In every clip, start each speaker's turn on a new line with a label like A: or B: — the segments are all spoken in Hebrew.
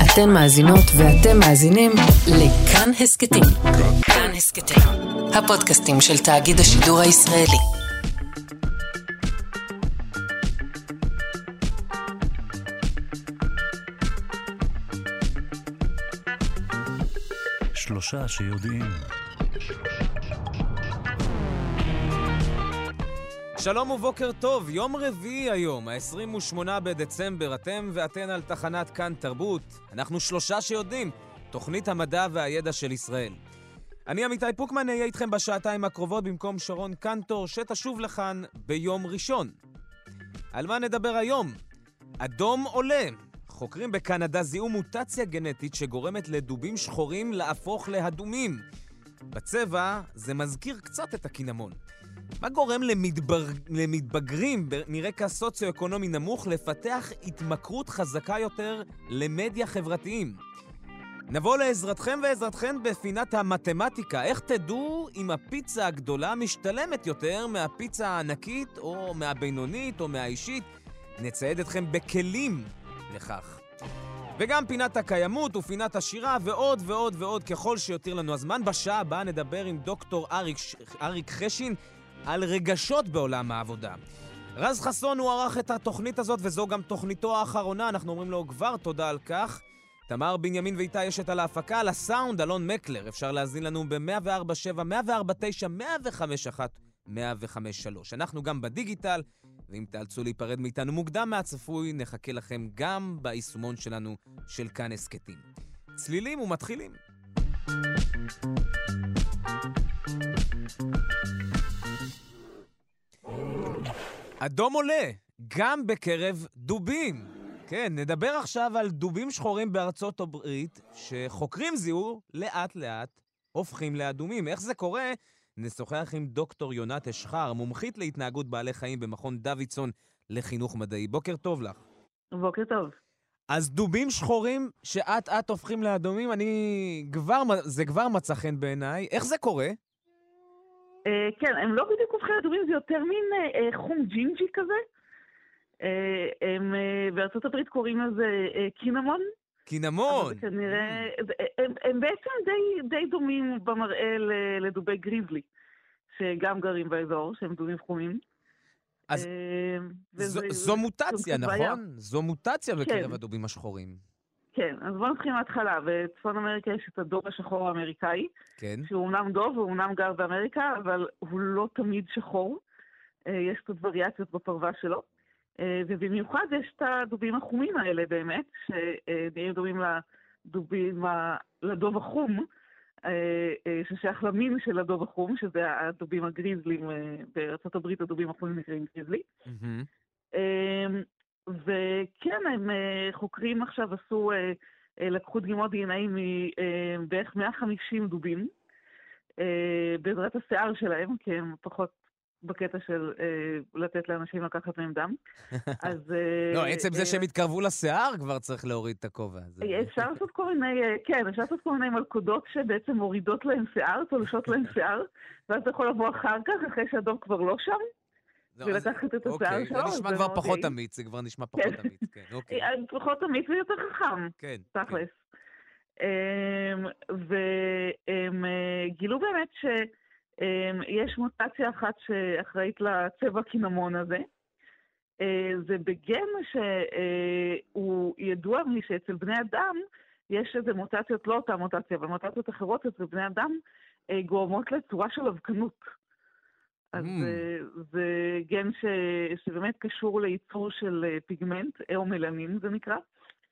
A: אתן מאזינות ואתם מאזינים לכאן הסקטים. כאן הסקטים, הפודקאסטים של תאגיד השידור הישראלי.
B: שלושה שיודעים.
C: שלום ובוקר טוב, יום רביעי היום, ה-28 בדצמבר, אתם ואתן על תחנת כאן תרבות. אנחנו שלושה שיודעים, תוכנית המדע והידע של ישראל. אני אמיתי פוקמן, אהיה איתכם בשעתיים הקרובות במקום שרון קנטור, שתשוב לכאן ביום ראשון. על מה נדבר היום? אדום עולה. חוקרים בקנדה זיהו מוטציה גנטית שגורמת לדובים שחורים להפוך לאדומים. בצבע זה מזכיר קצת את הקינמון. מה גורם למתבגרים מרקע סוציו-אקונומי נמוך לפתח התמכרות חזקה יותר למדיה חברתיים? נבוא לעזרתכם ועזרתכן בפינת המתמטיקה. איך תדעו אם הפיצה הגדולה משתלמת יותר מהפיצה הענקית או מהבינונית או מהאישית? נצייד אתכם בכלים לכך. וגם פינת הקיימות ופינת השירה ועוד ועוד ועוד ככל שיותיר לנו הזמן. בשעה הבאה נדבר עם דוקטור אריק חשין על רגשות בעולם העבודה. רז חסון הוא ערך את התוכנית הזאת וזו גם תוכניתו האחרונה, אנחנו אומרים לו כבר תודה על כך. תמר בנימין ואיתה ישת על ההפקה, על הסאונד אלון מקלר. אפשר להזין לנו ב-104.7, 104.9, 105.1, 105.3. אנחנו גם בדיגיטל, ואם תאלצו להיפרד מאיתנו מוקדם מהצפוי, נחכה לכם גם ביישומון שלנו של כאן הסקטים. צלילים ומתחילים. אדום עולה, גם בקרב דובים. כן, נדבר עכשיו על דובים שחורים בארצות הברית, שחוקרים זיהו לאט לאט הופכים לאדומים. איך זה קורה? נשוחח עם דוקטור יונת אשחר, מומחית להתנהגות בעלי חיים במכון דוידסון לחינוך מדעי. בוקר טוב לך.
D: בוקר טוב.
C: אז דובים שחורים שאת הופכים לאדומים, זה כבר מצא חן בעיניי. איך זה קורה?
D: כן, הם לא בדיוק הופכים לאדומים, זה יותר מין חום ג'ינג'י כזה. בארצות הברית קוראים לזה קינמון.
C: קינמון?
D: כנראה, הם בעצם די דומים במראה לדובי גריזלי, שגם גרים באזור, שהם דובים חומים.
C: אז זו מוטציה, נכון? זו מוטציה בקרב הדובים השחורים.
D: כן, אז בוא נתחיל מההתחלה. בצפון אמריקה יש את הדוב השחור האמריקאי, שהוא אומנם דוב, הוא אומנם גר באמריקה, אבל הוא לא תמיד שחור. יש קצת וריאציות בפרווה שלו. ובמיוחד יש את הדובים החומים האלה באמת, שנראים דומים לדוב החום, ששייך למין של הדוב החום, שזה הדובים הגריזלים, בארצות הברית הדובים החומים נקראים גריזלי. וכן, הם חוקרים עכשיו לקחו דגימות DNA מבערך 150 דובים, בעזרת השיער שלהם, כי הם פחות בקטע של לתת לאנשים לקחת מהם דם. אז
C: לא, עצם זה שהם התקרבו לשיער כבר צריך להוריד את הכובע.
D: אפשר לעשות כל מיני, כן, אפשר לעשות כל מיני מלכודות שבעצם מורידות להם שיער, תולשות להם שיער, ואז אתה יכול לבוא אחר כך, אחרי שהדוב כבר לא שם, ולקחת את השיער שלו.
C: זה נשמע כבר פחות אמיץ, זה כבר נשמע פחות אמיץ, כן, אוקיי.
D: פחות אמיץ ויותר חכם, תכלס. והם גילו באמת יש מוטציה אחת שאחראית לצבע קינמון הזה. זה בגן שהוא ידוע לי שאצל בני אדם יש איזה מוטציות, לא אותה מוטציה, אבל מוטציות אחרות אצל בני אדם גורמות לצורה של אבקנות. אז זה גן שבאמת קשור לייצור של פיגמנט, איאומלנין זה נקרא.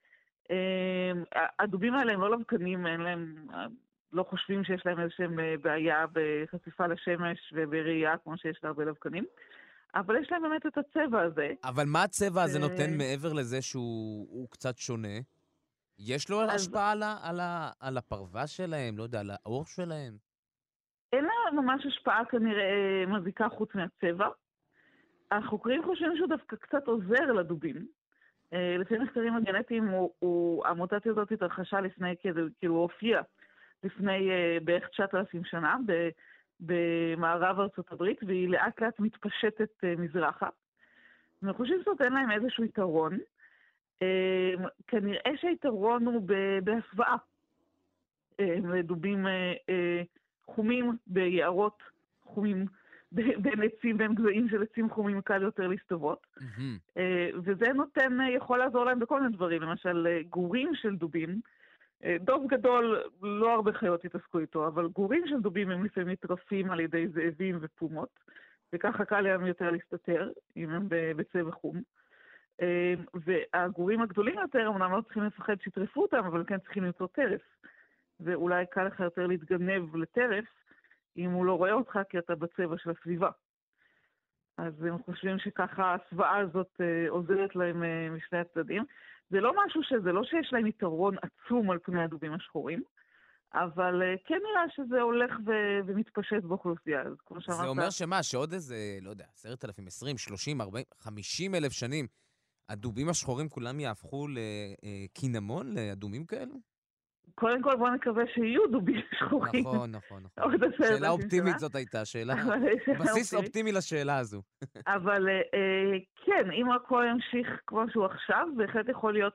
D: הדובים האלה הם לא לבקנים, אין להם, לא חושבים שיש להם איזושהי בעיה בחשיפה לשמש ובראייה כמו שיש להרבה לבקנים, אבל יש להם באמת את הצבע הזה.
C: אבל מה הצבע הזה נותן מעבר לזה שהוא קצת שונה? יש לו השפעה על הפרווה שלהם, לא יודע, על האור שלהם?
D: אין לה ממש השפעה כנראה מזיקה חוץ מהצבע. החוקרים חושבים שהוא דווקא קצת עוזר לדובים. לפי מחקרים הגנטיים, המוטציה הזאת התרחשה לפני, כאילו הופיעה לפני בערך 9,000 שנה במערב ארצות הברית, והיא לאט לאט מתפשטת מזרחה. אני חושב שזאת אין להם איזשהו יתרון. כנראה שהיתרון הוא בהסוואה. דובים חומים ביערות חומים, בין עצים, בין גזעים של עצים חומים קל יותר להסתוות. וזה יכול לעזור להם בכל מיני דברים. למשל, גורים של דובים, דוב גדול, לא הרבה חיות התעסקו איתו, אבל גורים של דובים הם לפעמים נטרפים על ידי זאבים ופומות, וככה קל להם יותר להסתתר, אם הם בצבע חום. והגורים הגדולים יותר, אמנם לא צריכים לפחד שיטרפו אותם, אבל כן צריכים למצוא טרף. ואולי קל לך יותר להתגנב לטרף, אם הוא לא רואה אותך, כי אתה בצבע של הסביבה. אז הם חושבים שככה הסוואה הזאת עוזרת להם משני הצדדים. זה לא שיש להם יתרון עצום על פני הדובים השחורים, אבל כן נראה שזה הולך ומתפשט באוכלוסייה. אז כמו שאמרת...
C: זה אומר שמה, שעוד איזה, לא יודע, 10,000, 20, 30, 40, 50 אלף שנים, הדובים השחורים כולם יהפכו לקינמון, לאדומים כאלו?
D: קודם כל בוא נקווה שיהיו דובים שחורים.
C: נכון. שאלה אופטימית זאת הייתה, בסיס אופטימי לשאלה הזו.
D: אבל כן, אם הכל ימשיך כמו שהוא עכשיו, בהחלט יכול להיות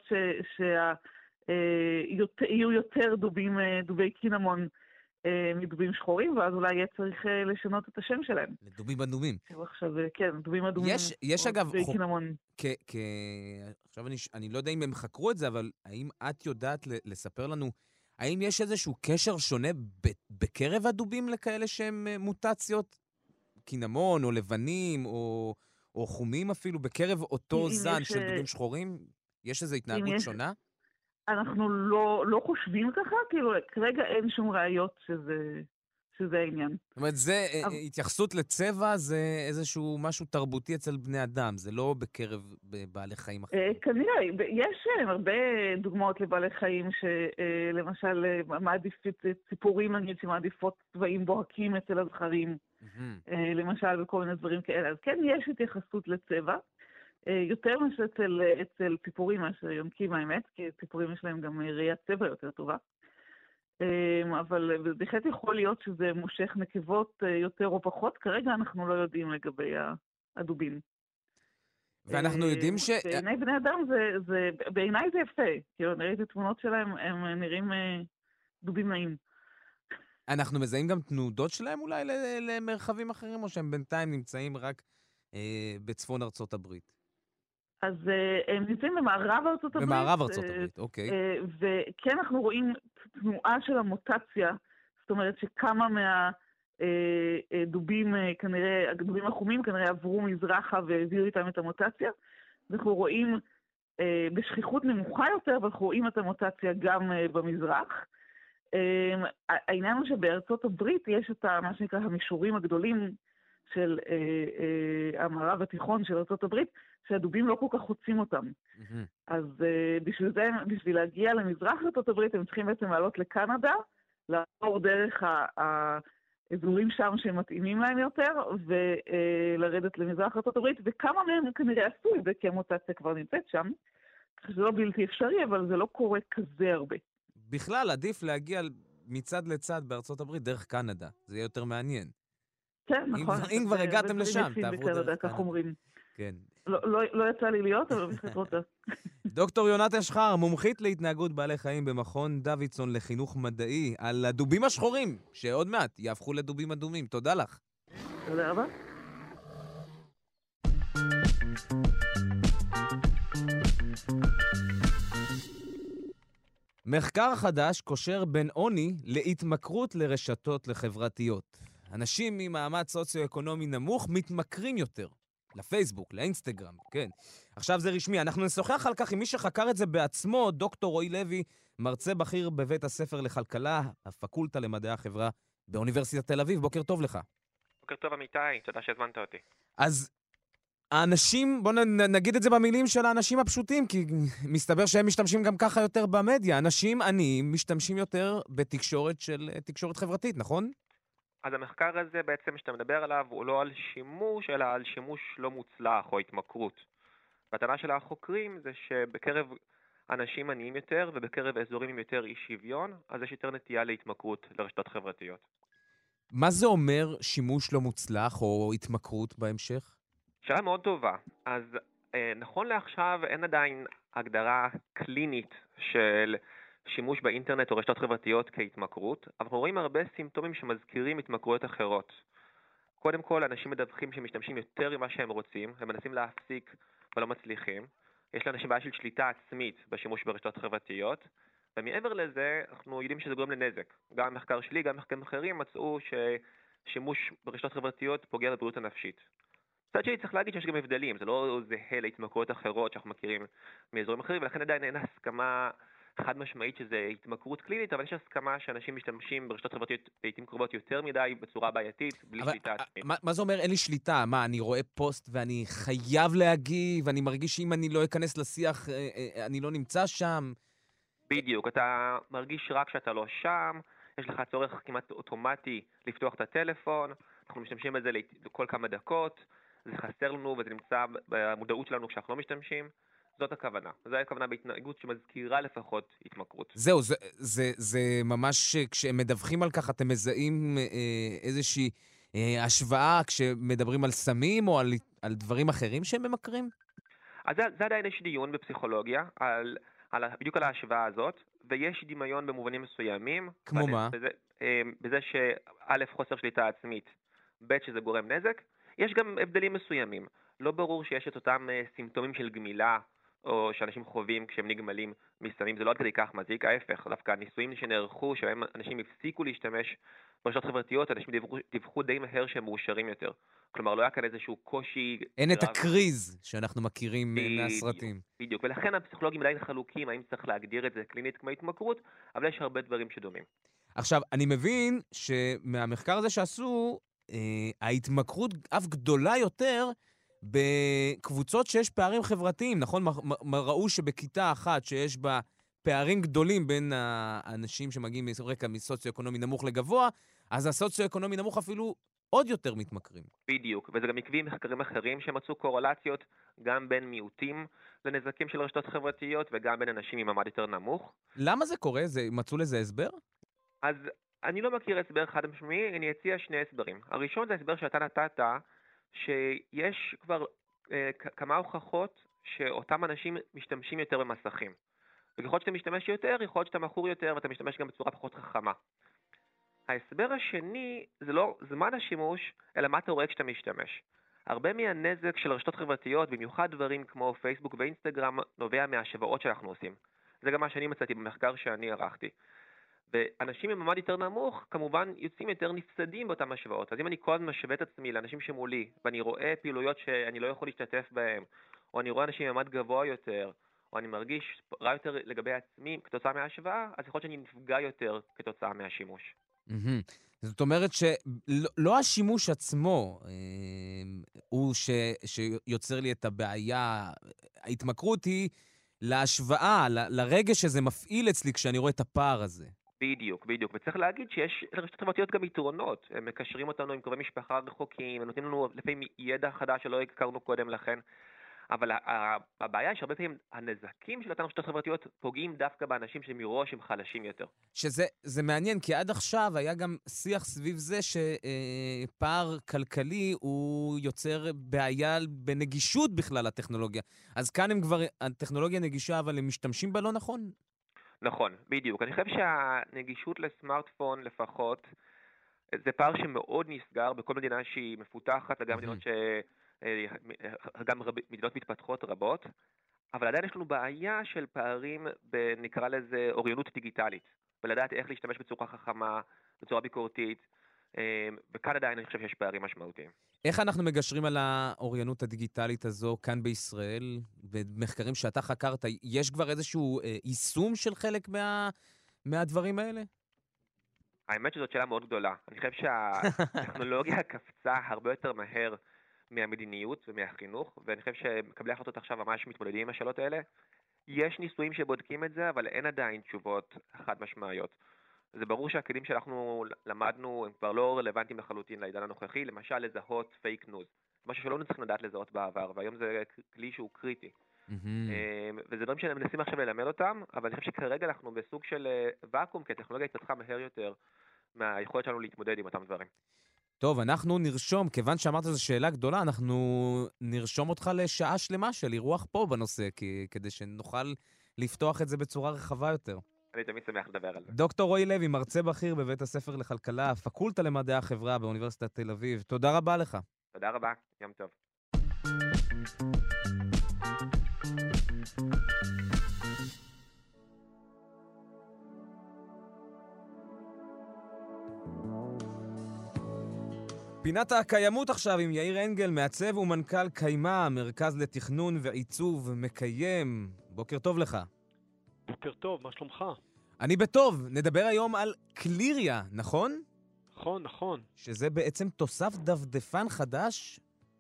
D: שיהיו יותר דובי קינמון מדובים שחורים, ואז אולי יהיה צריך לשנות את השם שלהם.
C: לדובים אדומים.
D: עכשיו, כן, דובים אדומים.
C: יש אגב,
D: קינמון.
C: עכשיו אני לא יודע אם הם חקרו את זה, אבל האם את יודעת לספר לנו, האם יש איזשהו קשר שונה בקרב הדובים לכאלה שהם מוטציות? קינמון או לבנים או חומים אפילו, בקרב אותו זן של דובים שחורים? יש איזו התנהגות שונה?
D: אנחנו לא חושבים ככה, כאילו כרגע אין שום ראיות שזה העניין.
C: זאת אומרת, זה התייחסות לצבע, זה איזשהו משהו תרבותי אצל בני אדם, זה לא בקרב בעלי חיים אחרים.
D: כנראה, יש הרבה דוגמאות לבעלי חיים שלמשל מעדיפות ציפורים, נגיד, שמעדיפות צבעים בוהקים אצל הזכרים, למשל בכל מיני דברים כאלה. אז כן, יש התייחסות לצבע, יותר מאשר אצל ציפורים, מאשר יונקים האמת, כי ציפורים יש להם גם ראיית צבע יותר טובה. אבל בהחלט יכול להיות שזה מושך נקבות יותר או פחות. כרגע אנחנו לא יודעים לגבי הדובים.
C: ואנחנו יודעים
D: בעיני בני אדם בעיניי זה יפה. כאילו, אני ראיתי תמונות שלהם, הם נראים דובים נעים.
C: אנחנו מזהים גם תנודות שלהם אולי למרחבים אחרים, או שהם בינתיים נמצאים רק בצפון ארצות הברית?
D: אז הם נמצאים במערב ארצות הברית.
C: במערב ארצות הברית, אוקיי.
D: וכן אנחנו רואים תנועה של המוטציה, זאת אומרת שכמה מהדובים כנראה, הדובים החומים כנראה עברו מזרחה והביאו איתם את המוטציה. אנחנו רואים בשכיחות נמוכה יותר, ואנחנו רואים את המוטציה גם במזרח. העניין הוא שבארצות הברית יש את מה שנקרא המישורים הגדולים של המערב התיכון של ארצות הברית, שהדובים לא כל כך חוצים אותם. אז בשביל להגיע למזרח ארצות הברית, הם צריכים בעצם לעלות לקנדה, לעבור דרך האזורים שם שהם מתאימים להם יותר, ולרדת למזרח ארצות הברית, וכמה מהם כנראה עשו את זה, כי המוטציה כבר נמצאת שם. כך שזה לא בלתי אפשרי, אבל זה לא קורה כזה הרבה.
C: בכלל, עדיף להגיע מצד לצד בארצות הברית דרך קנדה. זה יהיה יותר מעניין.
D: כן, נכון.
C: אם כבר הגעתם לשם, תעברו דרך
D: כך אומרים.
C: כן.
D: לא יצא לי להיות, אבל בכלל רוצה.
C: דוקטור יונת אשחר, מומחית להתנהגות בעלי חיים במכון דוידסון לחינוך מדעי, על הדובים השחורים, שעוד מעט יהפכו לדובים אדומים. תודה לך.
D: תודה רבה.
C: מחקר חדש קושר בין עוני להתמכרות לרשתות לחברתיות. אנשים ממעמד סוציו-אקונומי נמוך מתמכרים יותר. לפייסבוק, לאינסטגרם, כן. עכשיו זה רשמי. אנחנו נשוחח על כך עם מי שחקר את זה בעצמו, דוקטור רועי לוי, מרצה בכיר בבית הספר לכלכלה, הפקולטה למדעי החברה באוניברסיטת תל אביב. בוקר טוב לך.
B: בוקר טוב אמיתי, תודה שהזמנת אותי.
C: אז האנשים, בוא נגיד את זה במילים של האנשים הפשוטים, כי מסתבר שהם משתמשים גם ככה יותר במדיה. אנשים עניים משתמשים יותר תקשורת חברתית, נכון?
B: אז המחקר הזה בעצם שאתה מדבר עליו הוא לא על שימוש, אלא על שימוש לא מוצלח או התמכרות. והטענה של החוקרים זה שבקרב אנשים עניים יותר ובקרב אזורים עם יותר אי שוויון, אז יש יותר נטייה להתמכרות לרשתות חברתיות.
C: מה זה אומר שימוש לא מוצלח או התמכרות בהמשך?
B: שאלה מאוד טובה. אז נכון לעכשיו אין עדיין הגדרה קלינית של שימוש באינטרנט או רשתות חברתיות כהתמכרות, אבל אנחנו רואים הרבה סימפטומים שמזכירים התמכרויות אחרות. קודם כל, אנשים מדווחים שהם משתמשים יותר ממה שהם רוצים, הם מנסים להפסיק ולא מצליחים. יש לאנשים בעיה של שליטה עצמית בשימוש ברשתות חברתיות, ומעבר לזה, אנחנו יודעים שזה גורם לנזק. גם במחקר שלי, גם במחקרים אחרים, מצאו ששימוש ברשתות חברתיות פוגע בבריאות הנפשית. מצד שני, צריך להגיד שיש גם הבדלים, זה לא זהה להתמכרויות אחרות שאנחנו מכירים מאזורים אחרים, ולכן עדיין אין הסכמה חד משמעית שזה התמכרות קלינית, אבל יש הסכמה שאנשים משתמשים ברשתות חברתיות לעתים קרובות יותר מדי בצורה בעייתית, בלי שליטה עצמית.
C: מה זה אומר אין לי שליטה? מה, אני רואה פוסט ואני חייב להגיב, ואני מרגיש שאם אני לא אכנס לשיח, אני לא נמצא שם?
B: בדיוק, אתה מרגיש רק שאתה לא שם, יש לך צורך כמעט אוטומטי לפתוח את הטלפון, אנחנו משתמשים בזה כל כמה דקות, זה חסר לנו וזה נמצא במודעות שלנו כשאנחנו לא משתמשים. זאת הכוונה. זו הכוונה בהתנהגות שמזכירה לפחות התמכרות.
C: זהו, זה ממש, כשהם מדווחים על כך, אתם מזהים איזושהי השוואה כשמדברים על סמים או על דברים אחרים שהם ממכרים?
B: אז זה עדיין יש דיון בפסיכולוגיה, בדיוק על ההשוואה הזאת, ויש דמיון במובנים מסוימים.
C: כמו מה?
B: בזה שא' חוסר שליטה עצמית, ב' שזה גורם נזק. יש גם הבדלים מסוימים. לא ברור שיש את אותם סימפטומים של גמילה, או שאנשים חווים כשהם נגמלים מסמים, זה לא עד כדי כך מזיק, ההפך, דווקא הניסויים שנערכו, שבהם אנשים הפסיקו להשתמש ברשתות חברתיות, אנשים דיווחו די מהר שהם מאושרים יותר. כלומר, לא היה כאן איזשהו קושי...
C: אין את הקריז שאנחנו מכירים מהסרטים.
B: בדיוק, ולכן הפסיכולוגים עדיין חלוקים, האם צריך להגדיר את זה קלינית כמו התמכרות, אבל יש הרבה דברים שדומים.
C: עכשיו, אני מבין שמהמחקר הזה שעשו, ההתמכרות אף גדולה יותר בקבוצות שיש פערים חברתיים, נכון? ראו שבכיתה אחת שיש בה פערים גדולים בין האנשים שמגיעים מרקע מסוציו-אקונומי נמוך לגבוה, אז הסוציו-אקונומי נמוך אפילו עוד יותר מתמכרים.
B: בדיוק, וזה גם עקבי מחקרים אחרים שמצאו קורלציות גם בין מיעוטים לנזקים של רשתות חברתיות וגם בין אנשים עם מעמד יותר נמוך.
C: למה זה קורה? מצאו לזה הסבר?
B: אז אני לא מכיר הסבר חד משמעי, אני אציע שני הסברים. הראשון זה הסבר שאתה נתת, שיש כבר כמה הוכחות שאותם אנשים משתמשים יותר במסכים. וככל שאתה משתמש יותר, יכול להיות שאתה מכור יותר ואתה משתמש גם בצורה פחות חכמה. ההסבר השני זה לא זמן השימוש, אלא מה אתה רואה כשאתה משתמש. הרבה מהנזק של רשתות חברתיות, במיוחד דברים כמו פייסבוק ואינסטגרם, נובע מהשוואות שאנחנו עושים. זה גם מה שאני מצאתי במחקר שאני ערכתי. ואנשים עם מעמד יותר נמוך, כמובן, יוצאים יותר נפסדים באותם השוואות. אז אם אני כל הזמן משווה את עצמי לאנשים שמולי, ואני רואה פעילויות שאני לא יכול להשתתף בהן, או אני רואה אנשים עם מעמד גבוה יותר, או אני מרגיש רע יותר לגבי עצמי כתוצאה מההשוואה, אז יכול להיות שאני נפגע יותר כתוצאה מהשימוש.
C: זאת אומרת שלא השימוש עצמו הוא שיוצר לי את הבעיה, ההתמכרות היא להשוואה, לרגע שזה מפעיל אצלי כשאני רואה את הפער הזה.
B: בדיוק, בדיוק. וצריך להגיד שיש לרשתות חברתיות גם יתרונות. הם מקשרים אותנו עם קרובי משפחה רחוקים, הם נותנים לנו לפעמים ידע חדש שלא הכרנו קודם לכן. אבל הבעיה היא שהרבה פעמים הנזקים של אותן רשתות חברתיות פוגעים דווקא באנשים שמראש הם חלשים יותר.
C: שזה מעניין, כי עד עכשיו היה גם שיח סביב זה שפער כלכלי הוא יוצר בעיה בנגישות בכלל לטכנולוגיה. אז כאן הם כבר, הטכנולוגיה נגישה, אבל הם משתמשים בה לא נכון?
B: נכון, בדיוק. אני חושב שהנגישות לסמארטפון לפחות, זה פער שמאוד נסגר בכל מדינה שהיא מפותחת, וגם מדינות מתפתחות רבות, אבל עדיין יש לנו בעיה של פערים נקרא לזה אוריינות דיגיטלית, ולדעת איך להשתמש בצורה חכמה, בצורה ביקורתית, וכאן עדיין אני חושב שיש פערים משמעותיים.
C: איך אנחנו מגשרים על האוריינות הדיגיטלית הזו כאן בישראל, במחקרים שאתה חקרת, יש כבר איזשהו יישום של חלק מהדברים האלה?
B: האמת שזאת שאלה מאוד גדולה. אני חושב שהטכנולוגיה קפצה הרבה יותר מהר מהמדיניות ומהחינוך, ואני חושב שמקבלי החלטות עכשיו ממש מתמודדים עם השאלות האלה. יש ניסויים שבודקים את זה, אבל אין עדיין תשובות חד משמעיות. זה ברור שהכלים שאנחנו למדנו הם כבר לא רלוונטיים לחלוטין לעידן הנוכחי, למשל לזהות פייק ניוז. משהו שלא נצטרך לדעת לזהות בעבר, והיום זה כלי שהוא קריטי. וזה דברים שמנסים עכשיו ללמד אותם, אבל אני חושב שכרגע אנחנו בסוג של ואקום, כי הטכנולוגיה התפתחה מהר יותר מהיכולת שלנו להתמודד עם אותם דברים.
C: טוב, אנחנו נרשום, כיוון שאמרת זו שאלה גדולה, אנחנו נרשום אותך לשעה שלמה של אירוח פה בנושא, כדי שנוכל לפתוח את זה בצורה רחבה יותר.
B: אני תמיד שמח לדבר על זה.
C: דוקטור רועי לוי, מרצה בכיר בבית הספר לכלכלה, פקולטה למדעי החברה באוניברסיטת תל אביב. תודה רבה לך.
B: תודה רבה, יום טוב.
C: פינת הקיימות עכשיו עם יאיר אנגל, מעצב ומנכ"ל קיימה, מרכז לתכנון ועיצוב מקיים. בוקר טוב לך.
E: בוקר טוב, מה שלומך?
C: אני בטוב. נדבר היום על קליריה, נכון?
E: נכון, נכון.
C: שזה בעצם תוסף דפדפן חדש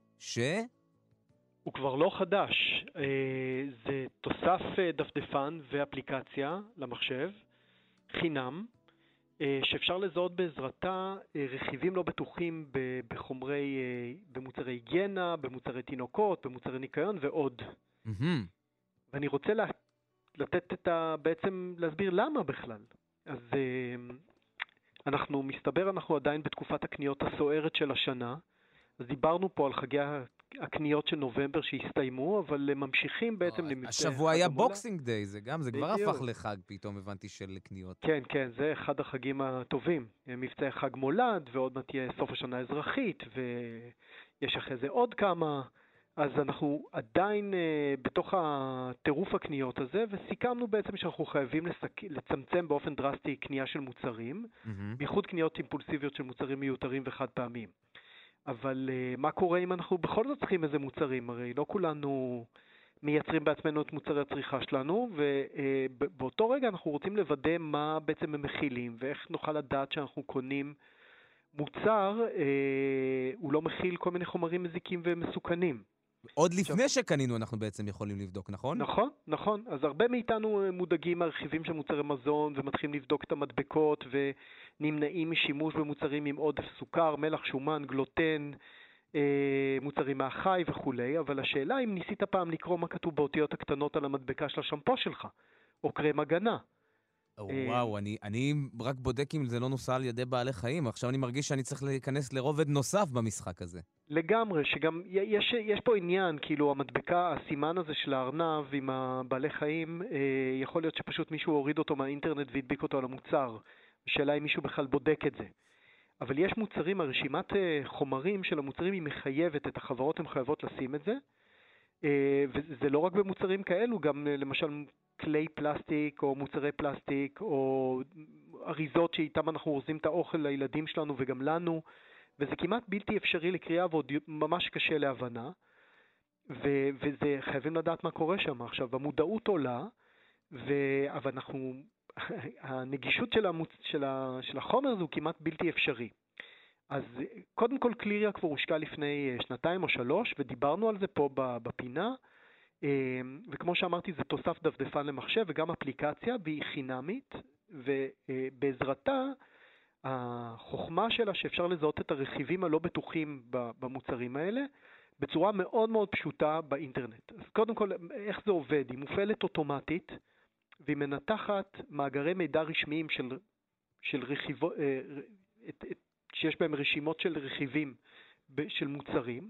E: הוא כבר לא חדש. זה תוסף דפדפן ואפליקציה למחשב, חינם, שאפשר לזהות בעזרתה רכיבים לא בטוחים במוצרי היגיינה, במוצרי תינוקות, במוצרי ניקיון ועוד. ואני רוצה בעצם להסביר למה בכלל. אז אנחנו עדיין בתקופת הקניות הסוערת של השנה, אז דיברנו פה על חגי הקניות של נובמבר שהסתיימו, אבל ממשיכים בעצם למבצע.
C: השבוע היה בוקסינג דיי, זה כבר הפך לחג פתאום, הבנתי, של קניות.
E: כן, כן, זה אחד החגים הטובים. מבצע חג מולד, ועוד מעט תהיה סוף השנה האזרחית, ויש אחרי זה עוד כמה. אז אנחנו עדיין בתוך הטירוף הקניות הזה, וסיכמנו בעצם שאנחנו חייבים לצמצם באופן דרסטי קנייה של מוצרים, בייחוד קניות אימפולסיביות של מוצרים מיותרים וחד פעמים. אבל מה קורה אם אנחנו בכל זאת צריכים איזה מוצרים? הרי לא כולנו מייצרים בעצמנו את מוצרי הצריכה שלנו, ובאותו רגע אנחנו רוצים לוודא מה בעצם הם מכילים, ואיך נוכל לדעת שאנחנו קונים מוצר, הוא לא מכיל כל מיני חומרים מזיקים ומסוכנים.
C: עוד לפני שקנינו אנחנו בעצם יכולים לבדוק, נכון?
E: נכון, נכון. אז הרבה מאיתנו מודאגים מהרכיבים של מוצרי מזון, ומתחילים לבדוק את המדבקות, ונמנעים משימוש במוצרים עם עודף סוכר, מלח, שומן, גלוטן, מוצרים מהחי וכו'. אבל השאלה אם ניסית פעם לקרוא מה כתוב באותיות הקטנות על המדבקה של השמפו שלך, או קרם הגנה.
C: וואו, אני רק בודק אם זה לא נוסע על ידי בעלי חיים. עכשיו אני מרגיש שאני צריך להיכנס לרובד נוסף במשחק הזה.
E: לגמרי, שגם יש פה עניין, כאילו המדבקה, הסימן הזה של הארנב עם הבעלי חיים, יכול להיות שפשוט מישהו הוריד אותו מהאינטרנט והדביק אותו על המוצר. השאלה אם מישהו בכלל בודק את זה. אבל יש מוצרים, הרשימת חומרים של המוצרים היא מחייבת, את החברות הן חייבות לשים את זה. וזה לא רק במוצרים כאלו, גם למשל כלי פלסטיק או מוצרי פלסטיק או אריזות שאיתם אנחנו אורזים את האוכל לילדים שלנו וגם לנו, וזה כמעט בלתי אפשרי לקריאה ועוד ממש קשה להבנה, וזה חייבים לדעת מה קורה שם. עכשיו, המודעות עולה, אבל הנגישות של החומר זה הוא כמעט בלתי אפשרי. אז קודם כל קליריה כבר הושקע לפני 2 או 3, ודיברנו על זה פה בפינה, וכמו שאמרתי זה תוסף דפדפן למחשב וגם אפליקציה, והיא חינמית, ובעזרתה החוכמה שלה שאפשר לזהות את הרכיבים הלא בטוחים במוצרים האלה, בצורה מאוד מאוד פשוטה באינטרנט. אז קודם כל, איך זה עובד? היא מופעלת אוטומטית, והיא מנתחת מאגרי מידע רשמיים של רכיבות, שיש בהם רשימות של רכיבים של מוצרים,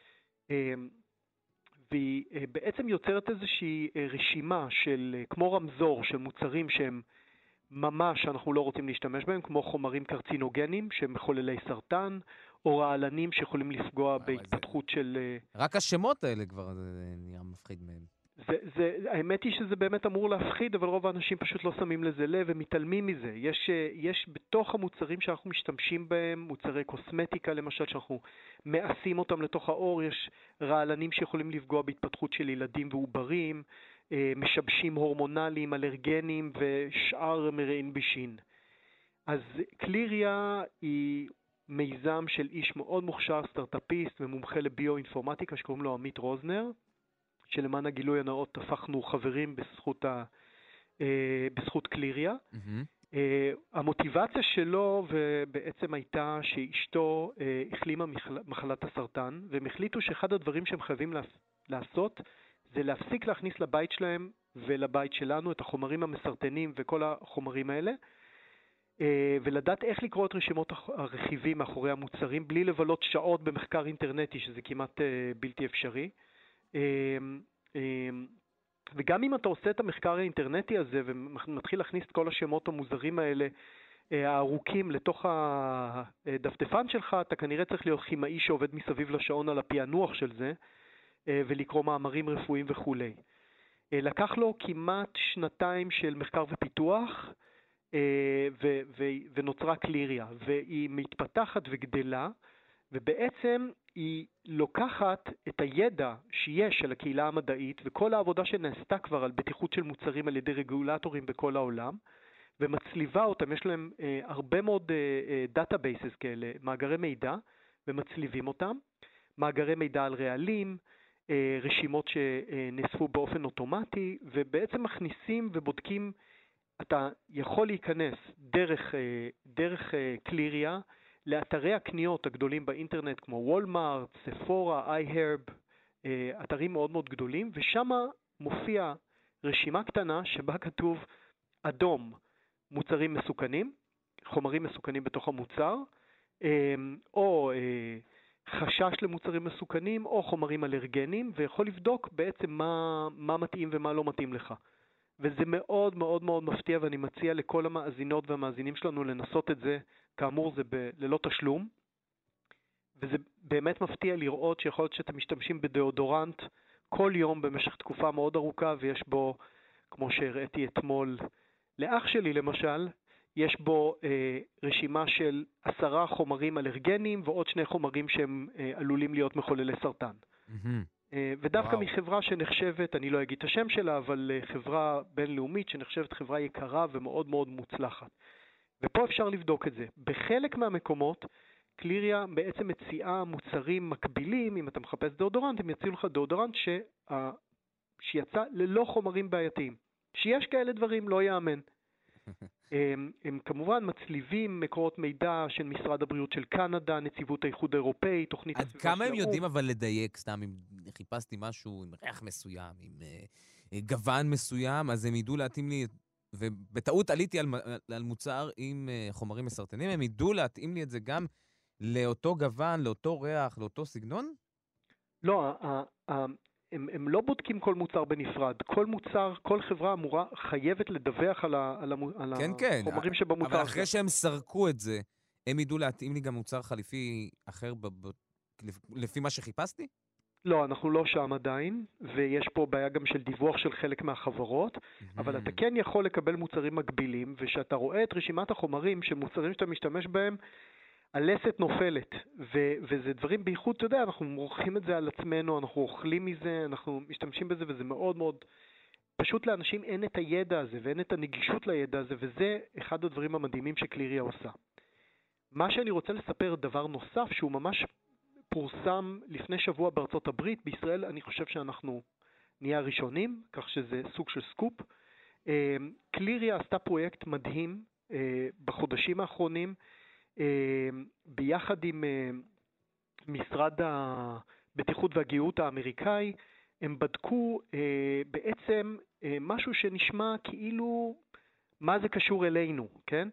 E: והיא בעצם יוצרת איזושהי רשימה של, כמו רמזור של מוצרים שהם ממש אנחנו לא רוצים להשתמש בהם, כמו חומרים קרצינוגנים שהם מחוללי סרטן, או רעלנים שיכולים לפגוע בהתפתחות של...
C: רק השמות האלה כבר נראה מפחיד מהם.
E: האמת היא שזה באמת אמור להפחיד, אבל רוב האנשים פשוט לא שמים לזה לב ומתעלמים מזה. יש בתוך המוצרים שאנחנו משתמשים בהם, מוצרי קוסמטיקה למשל, שאנחנו מעשים אותם לתוך האור, יש רעלנים שיכולים לפגוע בהתפתחות של ילדים ועוברים, משבשים הורמונליים, אלרגנים ושאר מרעין בישין. אז קליריה היא מיזם של איש מאוד מוכשר, סטארט-אפיסט ומומחה לביו-אינפורמטיקה שקוראים לו עמית רוזנר, שלמען הגילוי הנאות הפכנו חברים בזכות קליריה. המוטיבציה שלו בעצם הייתה שאשתו החלימה מחלת הסרטן, והם החליטו שאחד הדברים שהם חייבים לעשות זה להפסיק להכניס לבית שלהם ולבית שלנו את החומרים המסרטנים וכל החומרים האלה, ולדעת איך לקרוא את רשימות הרכיבים מאחורי המוצרים, בלי לבלות שעות במחקר אינטרנטי, שזה כמעט בלתי אפשרי. וגם אם אתה עושה את המחקר האינטרנטי הזה, ומתחיל להכניס את כל השמות המוזרים האלה, הארוכים לתוך הדפדפן שלך, אתה כנראה צריך להיות כימאי שעובד מסביב לשעון על הפענוח של זה, ולקרוא מאמרים רפואיים וכו'. לקח לו כמעט 2 של מחקר ופיתוח, ונוצרה קליריה, והיא מתפתחת וגדלה, ובעצם היא לוקחת את הידע שיש של הקהילה המדעית, וכל העבודה שנעשתה כבר על בטיחות של מוצרים על ידי רגולטורים בכל העולם, ומצליבה אותם, יש להם הרבה מאוד דאטאבייסס כאלה, מאגרי מידע, ומצליבים אותם, מאגרי מידע על רעלים, רשימות שנאספו באופן אוטומטי, ובעצם מכניסים ובודקים, אתה יכול להיכנס דרך קליריה לאתרי הקניות הגדולים באינטרנט, כמו וולמארט, ספורה, iHerb, אתרים מאוד מאוד גדולים, ושם מופיע רשימה קטנה שבה כתוב אדום, מוצרים מסוכנים, חומרים מסוכנים בתוך המוצר, או חשש למוצרים מסוכנים, או חומרים אלרגנים, ויכול לבדוק בעצם מה מתאים ומה לא מתאים לך. וזה מאוד מאוד מאוד מפתיע, ואני מציע לכל המאזינות והמאזינים שלנו לנסות את זה, כאמור זה ללא תשלום, וזה באמת מפתיע לראות שיכול להיות שאתם משתמשים בדאודורנט כל יום במשך תקופה מאוד ארוכה, ויש בו, כמו שהראיתי אתמול לאח שלי למשל, יש בו רשימה של 10 חומרים אלרגניים, ועוד 2 חומרים שהם עלולים להיות מחוללי סרטן. ודווקא מחברה שנחשבת, אני לא אגיד את השם שלה, אבל חברה בינלאומית שנחשבת חברה יקרה ומאוד מאוד מוצלחת. ופה אפשר לבדוק את זה. בחלק מהמקומות, קליריה בעצם מציעה מוצרים מקבילים, אם אתה מחפש דאודורנט, הם יציעו לך דאודורנט שיצא ללא חומרים בעייתיים. שיש כאלה דברים, לא יאמן. הם כמובן מצליבים מקורות מידע של משרד הבריאות של קנדה, נציבות האיחוד האירופאי, תוכנית
C: עד כמה הם יודעים אבל לדייק, סתם אם חיפשתי משהו עם ריח מסוים, עם גוון מסוים, אז הם ידעו להתאים לי, ובטעות עליתי על מוצר עם חומרים מסרטנים, הם ידעו להתאים לי את זה גם לאותו גוון, לאותו ריח, לאותו סגנון?
E: לא, הם לא בודקים כל מוצר בנפרד. כל מוצר, כל חברה חייבת לדווח על החומרים שבמוצר.
C: אבל אחרי שהם סרקו את זה, הם ידעו להתאים לי גם מוצר חליפי אחר לפי מה שחיפשתי?
E: לא, אנחנו לא שם עדיין, ויש פה בעיה גם של דיווח של חלק מהחברות, אבל אתה כן יכול לקבל מוצרים מקבילים, ושאתה רואה את רשימת החומרים שמוצרים שאתה משתמש בהם, הלסת נופלת, וזה דברים בייחוד, אתה יודע, אנחנו מורחים את זה על עצמנו, אנחנו אוכלים מזה, אנחנו משתמשים בזה, וזה מאוד מאוד, פשוט לאנשים אין את הידע הזה, ואין את הנגישות לידע הזה, וזה אחד הדברים המדהימים שקליריה עושה. מה שאני רוצה לספר, דבר נוסף, שהוא ממש פורסם לפני שבוע בארצות הברית, בישראל אני חושב שאנחנו נהיה הראשונים, כך שזה סוג של סקופ. קליריה עשתה פרויקט מדהים בחודשים האחרונים, ביחד עם משרד הבטיחות והגהות האמריקאי, הם בדקו בעצם משהו שנשמע כאילו מה זה קשור אלינו, כן?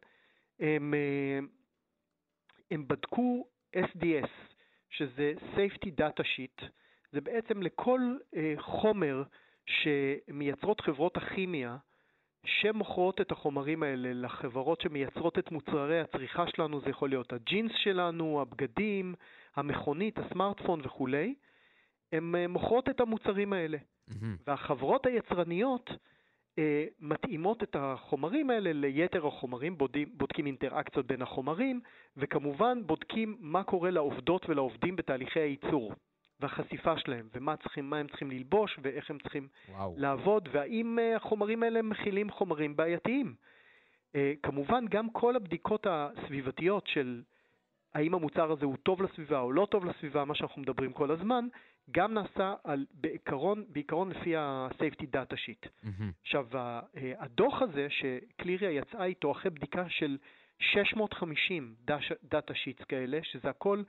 E: הם בדקו SDS, שזה Safety Data Sheet, זה בעצם לכל חומר שמייצרות חברות הכימיה, שמוכרות את החומרים האלה לחברות שמייצרות את מוצרי הצריכה שלנו, זה יכול להיות הג'ינס שלנו, הבגדים, המכונית, הסמארטפון וכו', הן מוכרות את המוצרים האלה. והחברות היצרניות מתאימות את החומרים האלה ליתר החומרים, בודקים אינטראקציות בין החומרים, וכמובן בודקים מה קורה לעובדות ולעובדים בתהליכי הייצור. והחשיפה שלהם, ומה הם צריכים ללבוש, ואיך הם צריכים לעבוד, והאם החומרים האלה מכילים חומרים בעייתיים. כמובן, גם כל הבדיקות הסביבתיות של האם המוצר הזה הוא טוב לסביבה או לא טוב לסביבה, מה שאנחנו מדברים כל הזמן, גם נעשה בעיקרון לפי ה-Safety Data Sheet. עכשיו, הדוח הזה שקליריה יצאה איתו אחרי בדיקה של 650 Data Sheets כאלה, שזה הכל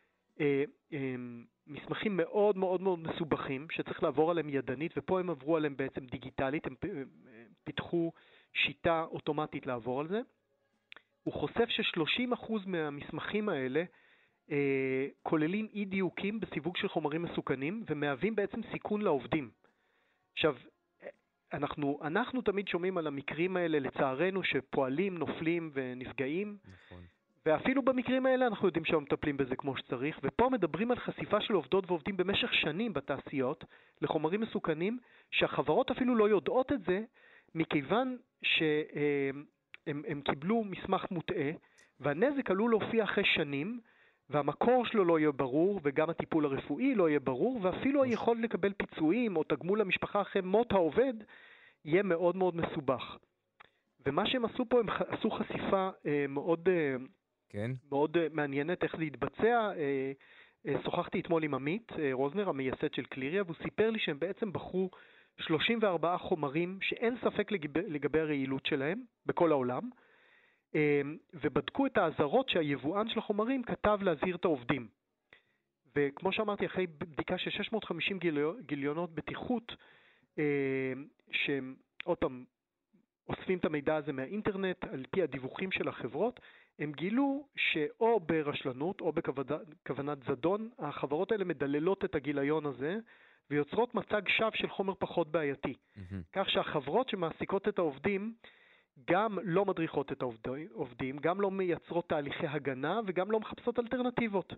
E: מסמכים מאוד מאוד מאוד מסובכים שצריך לעבור עליהם ידנית, ופה הם עברו עליהם בעצם דיגיטלית, הם פיתחו שיטה אוטומטית לעבור על זה. הוא חושף ש30% מהמסמכים האלה כוללים אי דיוקים בסיווג של חומרים מסוכנים, ומהווים בעצם סיכון לעובדים. עכשיו, אנחנו תמיד שומעים על המקרים האלה, לצערנו, שפועלים, נופלים ונפגעים, נכון. ואפילו במקרים האלה אנחנו יודעים שהם מטפלים בזה כמו שצריך, ופה מדברים על חשיפה של עובדות ועובדים במשך שנים בתעשיות לחומרים מסוכנים, שהחברות אפילו לא יודעות את זה, מכיוון שהם קיבלו מסמך מוטעה, והנזק עלול להופיע אחרי שנים, והמקור שלו לא יהיה ברור, וגם הטיפול הרפואי לא יהיה ברור, ואפילו היכול לקבל פיצויים או תגמול למשפחה אחרי מות העובד, יהיה מאוד מאוד מסובך. ומה שהם עשו פה, הם עשו חשיפה מאוד, כן. מאוד מעניינת איך זה יתבצע. שוחחתי אתמול עם עמית רוזנר, המייסד של קליריה, והוא סיפר לי שהם בעצם בחרו 34 חומרים שאין ספק לגבי הרעילות שלהם בכל העולם, ובדקו את האזהרות שהיבואן של החומרים כתב להזהיר את העובדים. וכמו שאמרתי, אחרי בדיקה של 650 גיליונות בטיחות, שהם עוד פעם אוספים את המידע הזה מהאינטרנט על פי הדיווחים של החברות, הם גילו שאו ברשלנות או בכוונת זדון, החברות האלה מדללות את הגיליון הזה, ויוצרות מצג שווא של חומר פחות בעייתי. כך שהחברות שמעסיקות את העובדים, גם לא מדריכות את העובדים, גם לא מייצרות תהליכי הגנה, וגם לא מחפשות אלטרנטיבות.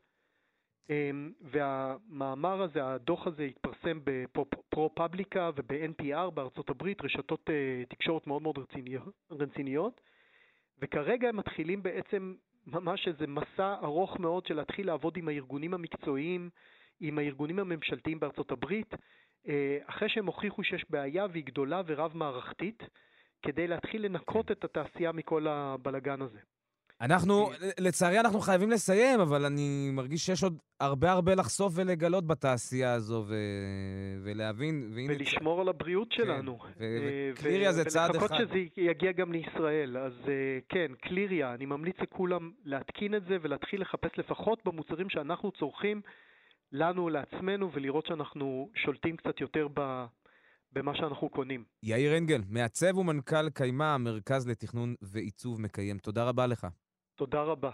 E: והמאמר הזה, הדוח הזה התפרסם בפרו-פאבליקה וב-NPR בארצות הברית, רשתות תקשורת מאוד מאוד רציניות, וכרגע הם מתחילים בעצם ממש איזה מסע ארוך מאוד של להתחיל לעבוד עם הארגונים המקצועיים, עם הארגונים הממשלתיים בארצות הברית, אחרי שהם הוכיחו שיש בעיה והיא גדולה ורב מערכתית, כדי להתחיל לנקות את התעשייה מכל הבלגן הזה.
C: לצערי אנחנו חייבים לסיים, אבל אני מרגיש שיש עוד הרבה לחשוף ולגלות בתעשייה הזו, ולהבין...
E: ולשמור על הבריאות שלנו.
C: קליריה זה צעד אחד.
E: ולחכות שזה יגיע גם לישראל. אז כן, קליריה, אני ממליץ לכולם להתקין את זה, ולהתחיל לחפש לפחות במוצרים שאנחנו צורכים, לנו, לעצמנו, ולראות שאנחנו שולטים קצת יותר במה שאנחנו קונים.
C: יאיר אנגל, מעצב ומנכ"ל קיימה, המרכז לתכנון ועיצוב מקיים. תודה רבה לך.
E: תודה רבה.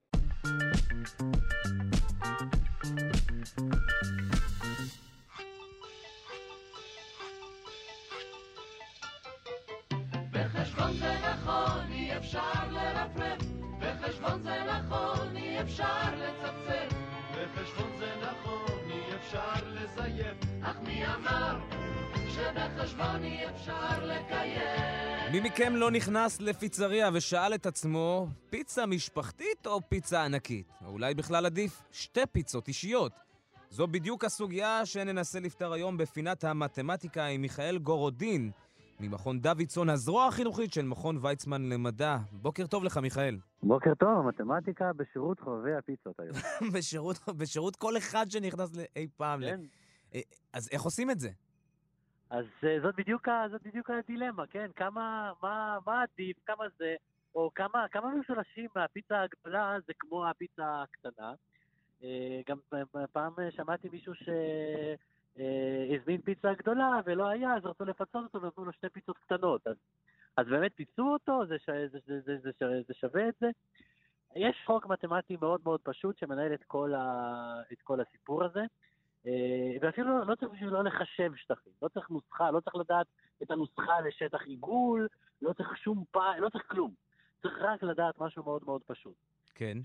F: בחשבון זה נכון, אי אפשר לרפרף, בחשבון זה נכון, אי אפשר לצפצף, בחשבון זה נכון, אי אפשר לזייף, אך מי אמר שבחשבון אי אפשר לקיים?
C: מי מכם לא נכנס לפיצריה ושאל את עצמו, פיצה משפחתית או פיצה ענקית? או אולי בכלל עדיף שתי פיצות אישיות. זו בדיוק הסוגיה שננסה לפתר היום בפינת המתמטיקה עם מיכאל גורודין, ממכון דוידסון, הזרוע החינוכית של מכון ויצמן למדע. בוקר טוב לך, מיכאל.
G: בוקר טוב, מתמטיקה בשירות חובבי הפיצות היום.
C: בשירות כל אחד שנכנס אי פעם.
G: כן.
C: אז איך עושים את זה?
G: אז זאת בדיוק הדילמה, כן? מה עדיף, כמה זה, או כמה משולשים מהפיצה הגדולה זה כמו הפיצה הקטנה. גם פעם שמעתי מישהו הזמין פיצה גדולה ולא היה, אז רצו לפצות אותו ונתנו לו שתי פיצות קטנות. אז באמת פיצו אותו, זה שווה את זה. יש חוק מתמטי מאוד מאוד פשוט שמנהל את כל הסיפור הזה. ואפילו לא צריך בשביל לא לחשב שטחים, לא צריך נוסחה, לא צריך לדעת את הנוסחה לשטח עיגול, לא צריך לא צריך כלום. צריך רק לדעת משהו מאוד מאוד פשוט.
C: כן.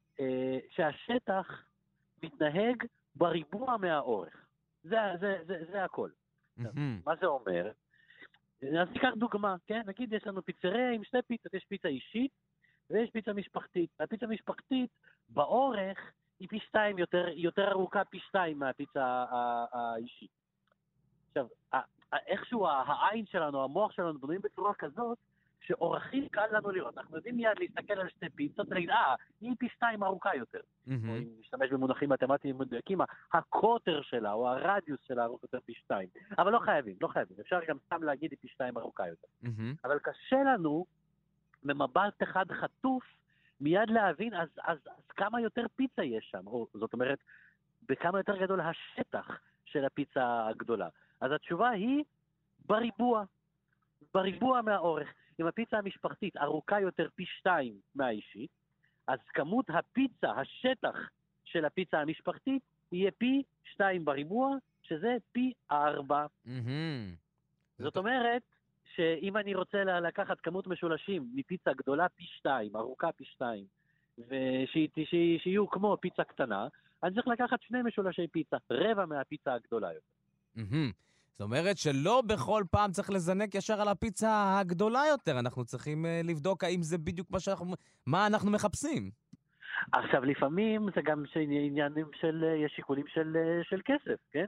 G: שהשטח מתנהג בריבוע מהאורך. זה הכל. מה זה אומר? אז ניקח דוגמה, כן? נגיד יש לנו פיצריה עם שתי פיצות, יש פיצה אישית ויש פיצה משפחתית. הפיצה משפחתית באורך היא פי 2 יותר ארוכה פי 2 מהפיצה האישית. עכשיו, איכשהו העין שלנו, המוח שלנו בנויים בצורה כזאת, שאורכים קל לנו לראות. אנחנו יודעים מיד להסתכל על שתי פיצות ולהגיד, היא פי 2 ארוכה יותר. או אם נשתמש במונחים מתמטיים מדויקים, הקוטר שלה או הרדיוס שלה ארוך יותר פי 2. אבל לא חייבים. אפשר גם סתם להגיד היא פי 2 ארוכה יותר. אבל קשה לנו, במבט אחד חטוף, מיד להבין, אז כמה יותר פיצה יש שם, או זאת אומרת, בכמה יותר גדול השטח של הפיצה הגדולה. אז התשובה היא בריבוע מהאורך. אם הפיצה המשפחתית ארוכה יותר פי 2 מהאישית, אז כמות הפיצה, השטח של הפיצה המשפחתית, יהיה פי 2 בריבוע, שזה פי 4. זאת אומרת, שאם אני רוצה לקחת כמות משולשים מפיצה גדולה פי 2, ארוכה פי 2, ושיהיו כמו פיצה קטנה, אני צריך לקחת 2 משולשי פיצה, רבע מהפיצה הגדולה יותר.
C: זאת אומרת שלא בכל פעם צריך לזנק ישר על הפיצה הגדולה יותר, אנחנו צריכים לבדוק האם זה בדיוק מה אנחנו מחפשים.
G: עכשיו, לפעמים זה גם עניינים יש שיקולים של כסף, כן?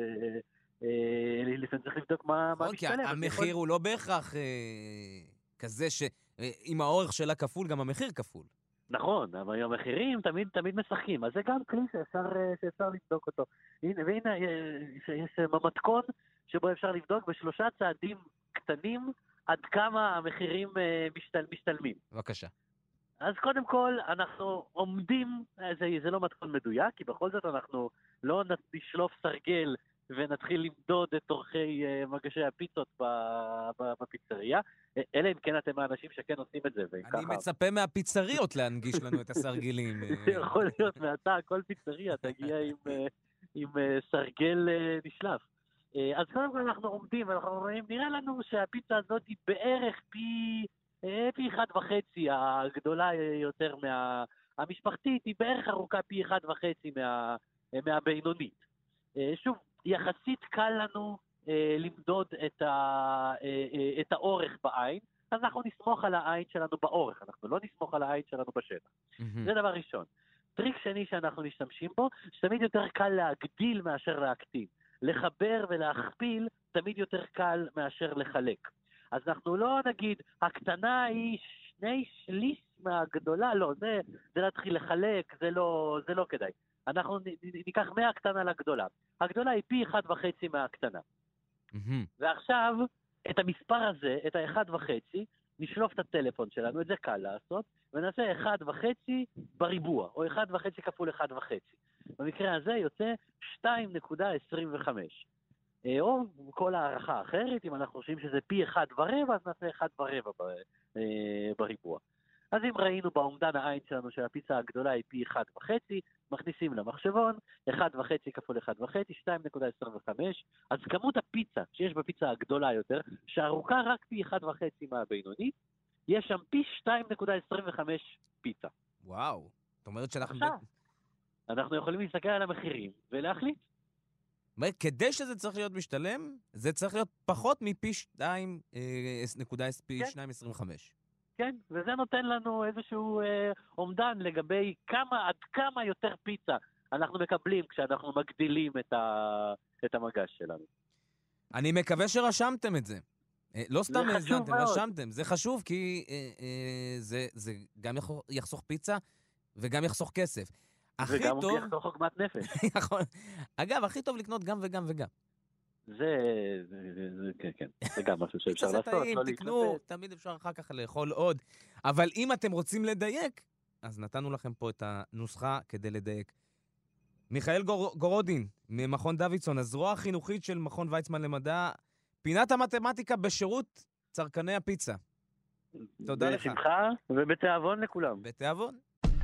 G: לפעמים צריך לבדוק מה משתלם.
C: המחיר הוא לא בהכרח כזה שעם האורך שלה כפול, גם המחיר כפול.
G: נכון, אבל המחירים תמיד משחקים, אז זה גם כלי שאפשר לבדוק אותו. והנה, יש מתכון שבו אפשר לבדוק ב3 צעדים קטנים עד כמה המחירים משתלמים.
C: בבקשה.
G: אז קודם כל, אנחנו עומדים, זה לא מתכון מדויק, כי בכל זאת אנחנו לא נשלוף סרגל ונתחיל למדוד את אורכי מגשי הפיצות בפיצריה, אלא אם כן אתם האנשים שכן עושים את זה.
C: אני מצפה מהפיצריות להנגיש לנו את הסרגילים.
G: זה יכול להיות מעתה, כל פיצריה תגיע עם סרגל נשלף. אז קודם כל אנחנו עומדים, ואנחנו רואים, נראה לנו שהפיצה הזאת היא בערך פי 1.5, הגדולה יותר המשפחתית, היא בערך ארוכה פי 1.5 מהבינונית. שוב, יחסית קל לנו למדוד את האורך בעין, אז אנחנו נסמוך על העין שלנו באורך, אנחנו לא נסמוך על העין שלנו בשטח. זה דבר ראשון. טריק שני שאנחנו משתמשים בו, שתמיד יותר קל להגדיל מאשר להקטין. לחבר ולהכפיל תמיד יותר קל מאשר לחלק. אז אנחנו לא נגיד, הקטנה היא 2/3 מהגדולה, לא, זה להתחיל לחלק, זה לא כדאי. אנחנו ניקח מהקטנה לגדולה. הגדולה היא פי 1.5 מהקטנה. ועכשיו, את המספר הזה, את ה-1.5, נשלוף את הטלפון שלנו, את זה קל לעשות, ונעשה 1.5 בריבוע, או 1.5 כפול 1.5. במקרה הזה יוצא 2.25. או כל הערכה אחרת, אם אנחנו חושבים שזה פי 1.25, אז נעשה 1.25 בריבוע. אז אם ראינו באומדן העין שלנו שהפיצה הגדולה היא פי 1.5, מכניסים למחשבון, 1.5 כפול 1.5, 2.25, אז כמות הפיצה שיש בפיצה הגדולה יותר, שארוכה רק פי 1.5 מהבינונית, יש שם פי 2.25 פיצה.
C: וואו, זאת אומרת שאנחנו...
G: אנחנו יכולים להסתכל על המחירים ולהחליט.
C: כדי שזה צריך להיות משתלם, זה צריך להיות פחות מפי 2.25.
G: כן, וזה נותן לנו איזשהו אומדן לגבי עד כמה יותר פיצה אנחנו מקבלים כשאנחנו מגדילים את המגש שלנו.
C: אני מקווה שרשמתם את זה. לא סתם הזנתם, רשמתם. זה חשוב כי זה גם יחסוך פיצה וגם יחסוך כסף.
G: וגם הוא יחסוך עוגמת נפש.
C: אגב, הכי טוב לקנות גם וגם וגם.
G: כן, זה גם משהו שאפשר לעשות.
C: תקנו, תמיד אפשר אחר כך לאכול עוד. אבל אם אתם רוצים לדייק, אז נתנו לכם פה את הנוסחה כדי לדייק. מיכאל גורודין, ממכון דוידסון, הזרוע החינוכית של מכון ויצמן למדע, פינת המתמטיקה בשירות צרכני הפיצה. תודה לך.
G: בשמחה ובתיאבון לכולם.
C: בתיאבון.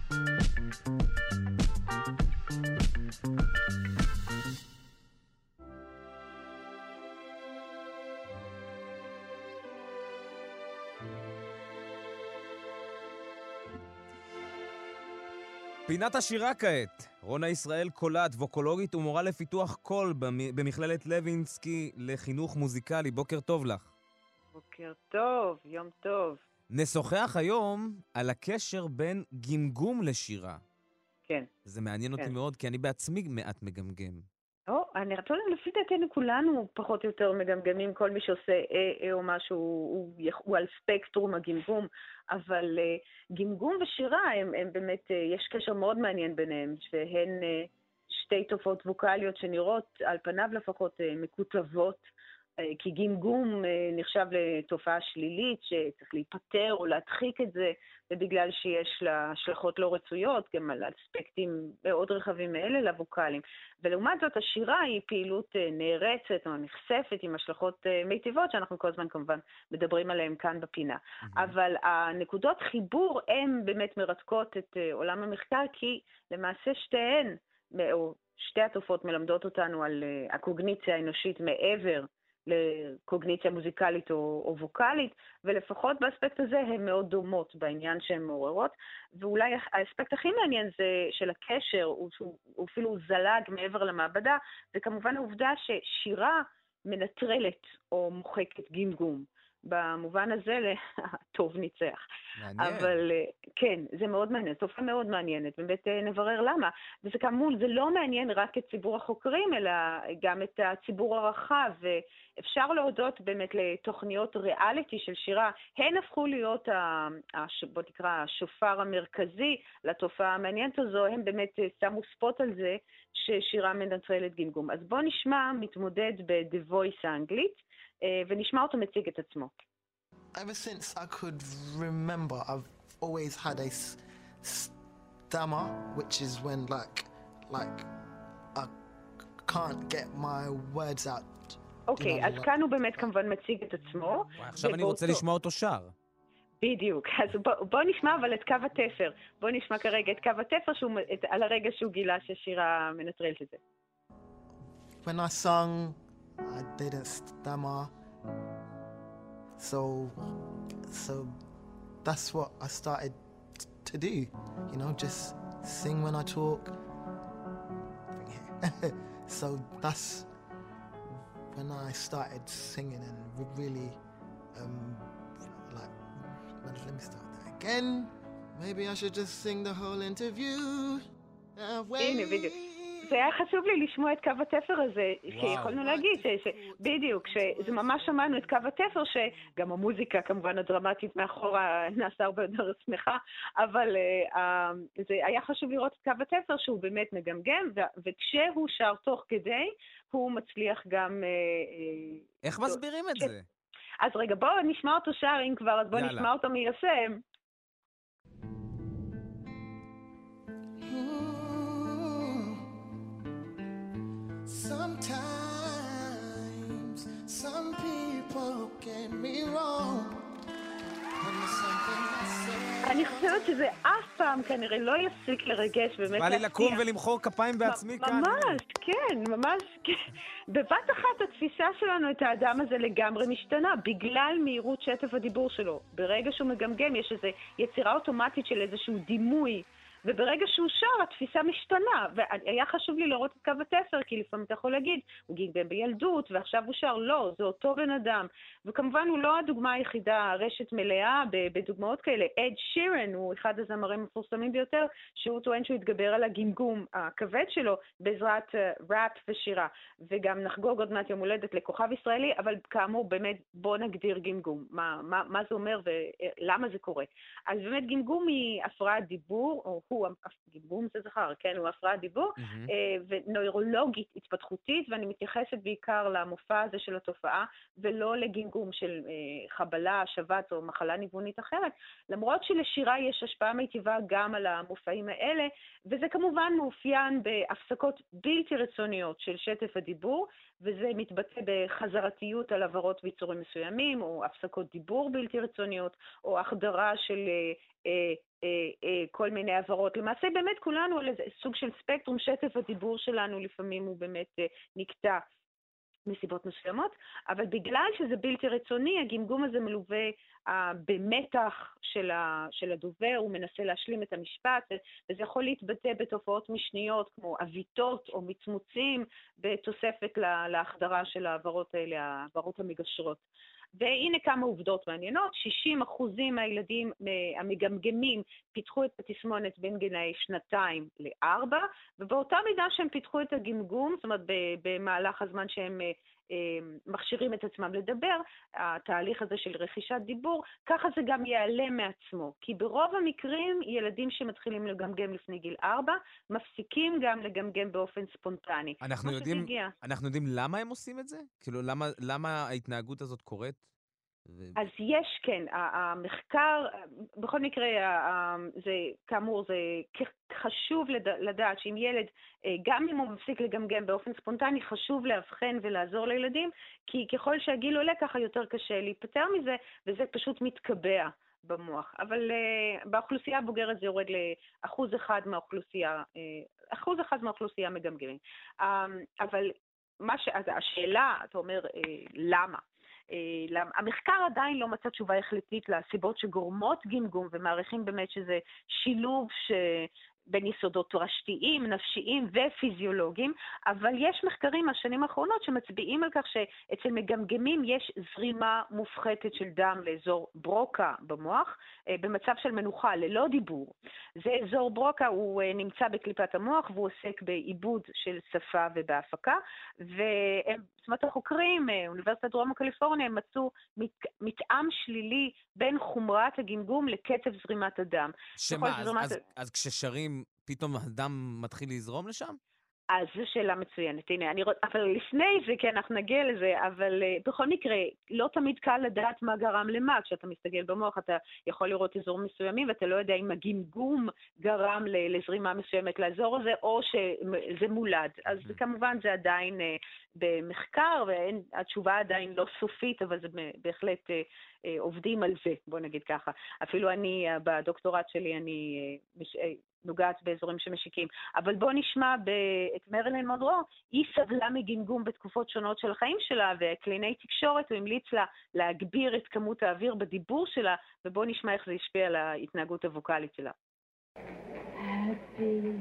C: פינת השירה כעת. רונה ישראל קולט, ווקולוגית ומורה לפיתוח קול במכללת לוינסקי לחינוך מוזיקלי. בוקר טוב לך.
H: בוקר טוב, יום טוב.
C: נשוחח היום על הקשר בין גמגום לשירה.
H: כן.
C: זה מעניין אותי מאוד, כי אני בעצמי מעט מגמגם.
H: אני רוצה לפי דעתנו כולנו פחות או יותר מגמגמים, כל מי שעושה או משהו, הוא על ספקטרום הגמגום, אבל גמגום ושירה הם באמת, יש קשר מאוד מעניין ביניהם, והן שתי תופעות ווקליות שנראות על פניו לפחות מקוטבות, כי גמגום נחשב לתופעה שלילית שצריך להיפטר או להדחיק את זה, ובגלל שיש לה השלכות לא רצויות, גם על אספקטים מאוד רחבים מאלה לווקלים. ולעומת זאת, השירה היא פעילות נערצת או נחשפת עם השלכות מיטיבות, שאנחנו כל הזמן כמובן מדברים עליהן כאן בפינה. אבל הנקודות חיבור הן באמת מרתקות את עולם המחקר, כי למעשה שתיהן, או שתי התופעות מלמדות אותנו על הקוגניציה האנושית מעבר לקוגניציה מוזיקלית או ווקלית, ולפחות באספקט הזה הן מאוד דומות בעניין שהן מעוררות, ואולי האספקט הכי מעניין זה של הקשר, הוא אפילו זלג מעבר למעבדה, זה כמובן העובדה ששירה מנטרלת או מוחקת גמגום. במובן הזה הטוב ניצח. מעניין. אבל כן, זה מאוד מעניין, תופעה מאוד מעניינת, באמת נברר למה. וזה כאמור, זה לא מעניין רק את ציבור החוקרים, אלא גם את הציבור הרחב, ואפשר להודות באמת לתוכניות ריאליטי של שירה, הן הפכו להיות, בוא נקרא, השופר המרכזי לתופעה המעניינת הזו, הם באמת שמו ספוט על זה ששירה מנטרלת גמגום. אז בואו נשמע מתמודד ב-The Voice האנגלית, ונשמע אותו מציג את עצמו.
I: Ever since I could remember, I've always had a stammer, which is when like I can't get my words out.
H: אוקיי, אז כאן הוא באמת כמובן מציג את עצמו.
C: עכשיו אני רוצה לשמוע אותו שר.
H: בדיוק, אז בוא נשמע אבל את קו התפר. בוא נשמע כרגע את קו התפר על הרגע שהוא גילה ששירה מנטרלת את זה.
I: When I sung, I didn't stammer, so that's what I started to do, you know, just sing when I talk. So that's when I started singing and really like, let me start that again. Maybe I should just sing the whole interview.
H: הנה, בדיוק. זה היה חשוב לי לשמוע את קו התפר הזה, שיכולנו להגיד, בדיוק, שזה ממש שמענו את קו התפר, שגם המוזיקה כמובן הדרמטית מאחורה נעשה הרבה יותר שמחה, אבל זה היה חשוב לראות את קו התפר שהוא באמת מגמגם, וכשהוא שר תוך כדי, הוא מצליח גם...
C: איך מסבירים את זה?
H: אז רגע, בואו נשמע אותו שר, אם כבר, אז בואו נשמע אותו מיישם.
I: Sometimes some people get me wrong.
H: אני חושבת שזה אף פעם כנראה לא יפסיק לרגש באמת.
C: בא לי לקום ולמחור כפיים בעצמי כאן.
H: ממש, כן, ממש כן. בבת אחת התפיסה שלנו את האדם הזה לגמרי משתנה, בגלל מהירות שטף הדיבור שלו. ברגע שהוא מגמגם יש איזו יצירה אוטומטית של איזשהו דימוי, וברגע שהוא שר, התפיסה משתנה, והיה חשוב לי לראות את קו התפר, כי לפעמים אתה יכול להגיד, הוא גמגם בילדות, ועכשיו הוא שר, לא, זה אותו בן אדם. וכמובן הוא לא הדוגמה היחידה, רשת מלאה בדוגמאות כאלה. אד שירן הוא אחד הזמרים המפורסמים ביותר, שהוא טוען שהוא התגבר על הגמגום הכבד שלו, בעזרת ראפ ושירה. וגם נחגוג עוד מעט יום הולדת לכוכב ישראלי, אבל כאמור באמת בוא נגדיר גמגום, מה זה אומר ולמה זה קורה. אז באמת גמגום היא הפרעת דיבור, או גמגום זה זכר, כן, הוא הפרעת דיבור, ונוירולוגית התפתחותית, ואני מתייחסת בעיקר למופע הזה של התופעה, ולא לגמגום של חבלה, שבץ או מחלה ניוונית אחרת, למרות שלשירה יש השפעה מיטיבה גם על המופעים האלה, וזה כמובן מאופיין בהפסקות בלתי רצוניות של שטף הדיבור, וזה מתבטא בחזרתיות על עברות ויצורים מסוימים, או הפסקות דיבור בלתי רצוניות, או החדרה של כל מיני עברות. למעשה באמת כולנו על איזה סוג של ספקטרום, שטף הדיבור שלנו לפעמים הוא באמת נקטע מסיבות מסוימות, אבל בגלל שזה בלתי רצוני, הגמגום הזה מלווה במתח של הדובר, הוא מנסה להשלים את המשפט, וזה יכול להתבטא בתופעות משניות כמו אביטות או מצמוצים, בתוספת להחדרה של העברות האלה, העברות המגשרות. והנה כמה עובדות מעניינות, 60% מהילדים המגמגמים פיתחו את התסמונת בין גילאי 2 ל-4, ובאותה מידה שהם פיתחו את הגמגום, זאת אומרת במהלך הזמן שהם מכשירים את עצמם לדבר, התהליך הזה של רכישת דיבור, ככה זה גם ייעלם מעצמו. כי ברוב המקרים, ילדים שמתחילים לגמגם לפני גיל 4, מפסיקים גם לגמגם באופן ספונטני.
C: אנחנו יודעים למה הם עושים את זה? כאילו, למה ההתנהגות הזאת קורית?
H: אז יש, כן, המחקר, בכל מקרה, זה, כאמור, זה חשוב לדעת שאם ילד, גם אם הוא מפסיק לגמגם באופן ספונטני, חשוב להבחן ולעזור לילדים, כי ככל שהגיל עולה ככה יותר קשה להיפטר מזה, וזה פשוט מתקבע במוח. אבל באוכלוסייה הבוגרת זה יורד ל1% מהאוכלוסייה מגמגמים. אבל השאלה, אתה אומר, למה? המחקר עדיין לא מצא תשובה החלטית לסיבות שגורמות גמגום, ומעריכים באמת שזה שילוב בין יסודות תורשתיים, נפשיים ופיזיולוגיים, אבל יש מחקרים מהשנים האחרונות שמצביעים על כך שאצל מגמגמים יש זרימה מופחתת של דם לאזור ברוקה במוח, במצב של מנוחה, ללא דיבור. זה אזור ברוקה, הוא נמצא בקליפת המוח, והוא עוסק בעיבוד של שפה ובהפקה, זאת אומרת, החוקרים, אוניברסיטת דרום קליפורניה, הם מצאו מתאם שלילי בין חומרת הגמגום לקצב זרימת הדם.
C: שמה, אז כששרים פתאום הדם מתחיל לזרום לשם?
H: אז זו שאלה מצוינת. הנה, אבל לפני זה, כן, אנחנו נגיע לזה, אבל בכל מקרה, לא תמיד קל לדעת מה גרם למה. כשאתה מסתגל במוח, אתה יכול לראות אזורים מסוימים, ואתה לא יודע אם הגמגום גרם לזרימה מסוימת לאזור הזה, או שזה מולד. אז כמובן זה עדיין במחקר, והתשובה עדיין לא סופית, אבל זה בהחלט עובדים על זה, בוא נגיד ככה. אפילו אני, בדוקטורט שלי, אני נוגעת באזורים שמשיקים. אבל בוא נשמע את מרילין מונרו, היא סבלה מגמגום בתקופות שונות של החיים שלה, וקלינאי תקשורת הוא המליץ לה להגביר את כמות האוויר בדיבור שלה, ובוא נשמע איך זה ישפיע על ההתנהגות הווקלית שלה.
J: Happy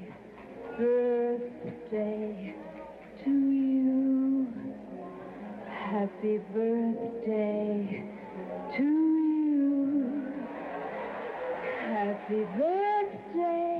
J: birthday to you. Happy birthday to you. Happy birthday,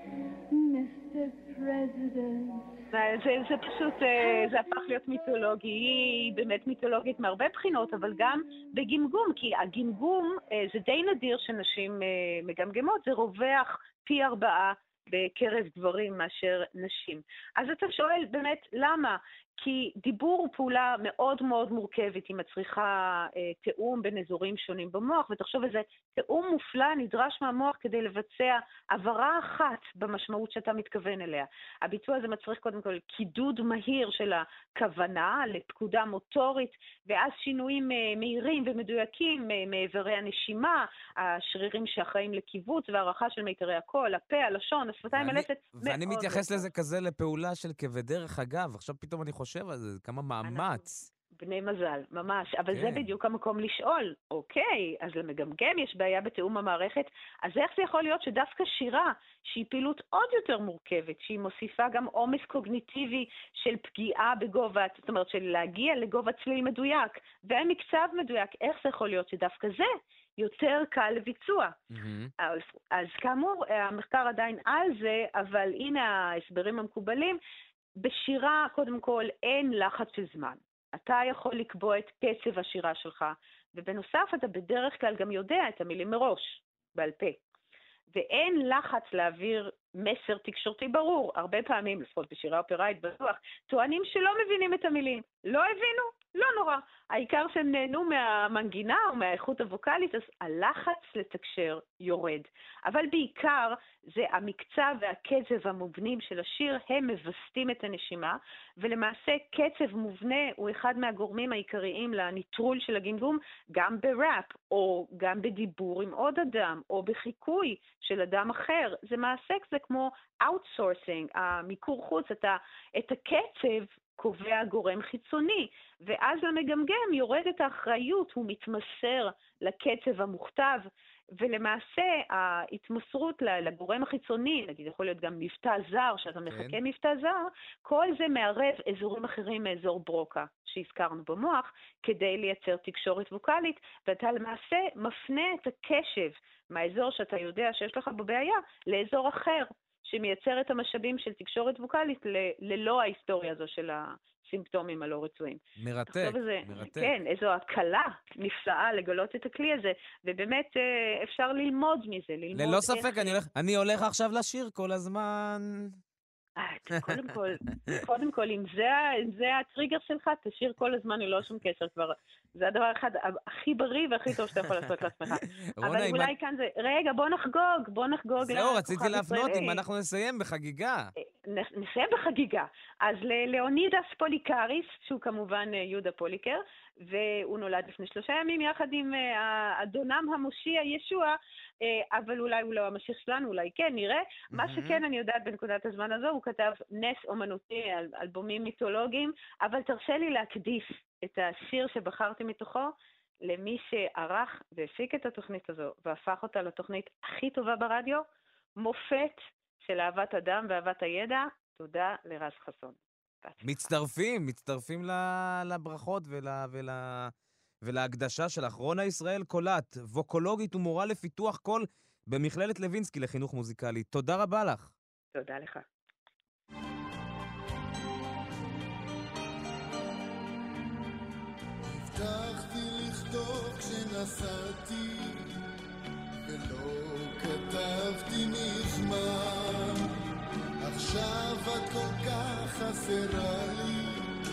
J: Mr. President.
H: זה פשוט, זה הפך להיות מיתולוגי, היא באמת מיתולוגית מהרבה בחינות, אבל גם בגמגום, כי הגמגום זה די נדיר שנשים מגמגמות, זה רווח פי 4 בקרב גברים מאשר נשים. אז אתה שואל באמת למה? כי דיבור הוא פעולה מאוד מאוד מורכבת, היא מצריכה תאום בין אזורים שונים במוח, ותחשוב איזה תאום מופלא נדרש מהמוח כדי לבצע עברה אחת במשמעות שאתה מתכוון אליה. הביצוע הזה מצריך קודם כל קידוד מהיר של הכוונה לפקודה מוטורית, ואז שינויים מהירים ומדויקים מעברי הנשימה, השרירים שאחראים לקיבוץ והערכה של מיתרי הקול, הפה, הלשון, השפתיים, הלסת.
C: ואני מתייחס לזה כזה לפעולה של כבדרך אגב, עכשיו פתאום אני חושב על זה, כמה מאמץ.
H: בני מזל, ממש. אבל זה בדיוק המקום לשאול. אוקיי, אז למגמגם יש בעיה בתאום המערכת, אז איך זה יכול להיות שדווקא שירה, שהיא פעילות עוד יותר מורכבת, שהיא מוסיפה גם עומס קוגניטיבי של פגיעה בגובה, זאת אומרת של להגיע לגובה צליל מדויק, ומקצב מדויק, איך זה יכול להיות שדווקא זה יותר קל לביצוע? אז כאמור, המחקר עדיין על זה, אבל הנה ההסברים המקובלים, בשירה, קודם כל, אין לחץ של זמן. אתה יכול לקבוע את קצב השירה שלך, ובנוסף אתה בדרך כלל גם יודע את המילים מראש, בעל פה. ואין לחץ להעביר מסר תקשורתי ברור. הרבה פעמים, לפחות בשירה אופראית בטוח, טוענים שלא מבינים את המילים. לא הבינו? לא נורא. העיקר שהם נהנו מהמנגינה או מהאיכות הווקלית, אז הלחץ לתקשר יורד. אבל בעיקר זה המקצב והקצב המובנים של השיר, הם מבסטים את הנשימה, ולמעשה קצב מובנה הוא אחד מהגורמים העיקריים לניטרול של הגמגום, גם בראפ או גם בדיבור עם עוד אדם או בחיקוי של אדם אחר. זה מעשה כזה כמו outsourcing, המיקור חוץ, את הקצב קובע גורם חיצוני, ואז למגמגם יורדת האחריות, הוא מתמסר לקצב המוכתב, ולמעשה ההתמסרות לגורם החיצוני, נגיד יכול להיות גם מבטא זר, שאתה מחכה מבטא זר, כל זה מערב אזורים אחרים מאזור ברוקה שהזכרנו במוח, כדי לייצר תקשורת ווקלית, ואתה למעשה מפנה את הקשב מהאזור שאתה יודע שיש לך בבעיה, לאזור אחר. שמייצר את המשאבים של תקשורת ווקלית ללא ההיסטוריה הזו של הסימפטומים הלא רצויים.
C: מרתק,
H: מרתק. כן, איזו הקלה נפלאה לגלות את הכלי הזה, ובאמת אפשר ללמוד מזה.
C: ללא ספק, אני הולך עכשיו לשיר כל הזמן.
H: קודם כל, אם זה הטריגר שלך, תשאיר כל הזמן ללא שום קשר כבר. זה הדבר אחד הכי בריא והכי טוב שאתה יכול לעשות לעצמך. אבל אולי כאן זה, רגע, בוא נחגוג.
C: זהו, רציתי להפנות אם אנחנו נסיים בחגיגה.
H: נסיים בחגיגה. אז לאונידס פוליקריס, שהוא כמובן יהודה פוליקר, והוא נולד לפני 3 ימים יחד עם אדונם המושיע ישוע, אבל אולי הוא לא המשיח שלנו, אולי כן, נראה. מה שכן אני יודעת בנקודת הזמן הזו, הוא כתב נס אומנותי על אלבומים מיתולוגיים, אבל תרשה לי להקדיש את השיר שבחרתי מתוכו למי שערך והפיק את התוכנית הזו, והפך אותה לתוכנית הכי טובה ברדיו, מופת של אהבת אדם ואהבת הידע. תודה לרז חסון.
C: מצטרפים לברכות ולהקדשה שלך. רונה ישראל קולט, ווקולוגית ומורה לפיתוח קול במכללת לוינסקי לחינוך מוזיקלי. תודה רבה לך.
H: תודה לך.
F: הבטחתי לכתוב כשנסעתי ולא כתבתי מזמן, עכשיו את כל כך חסרה לי,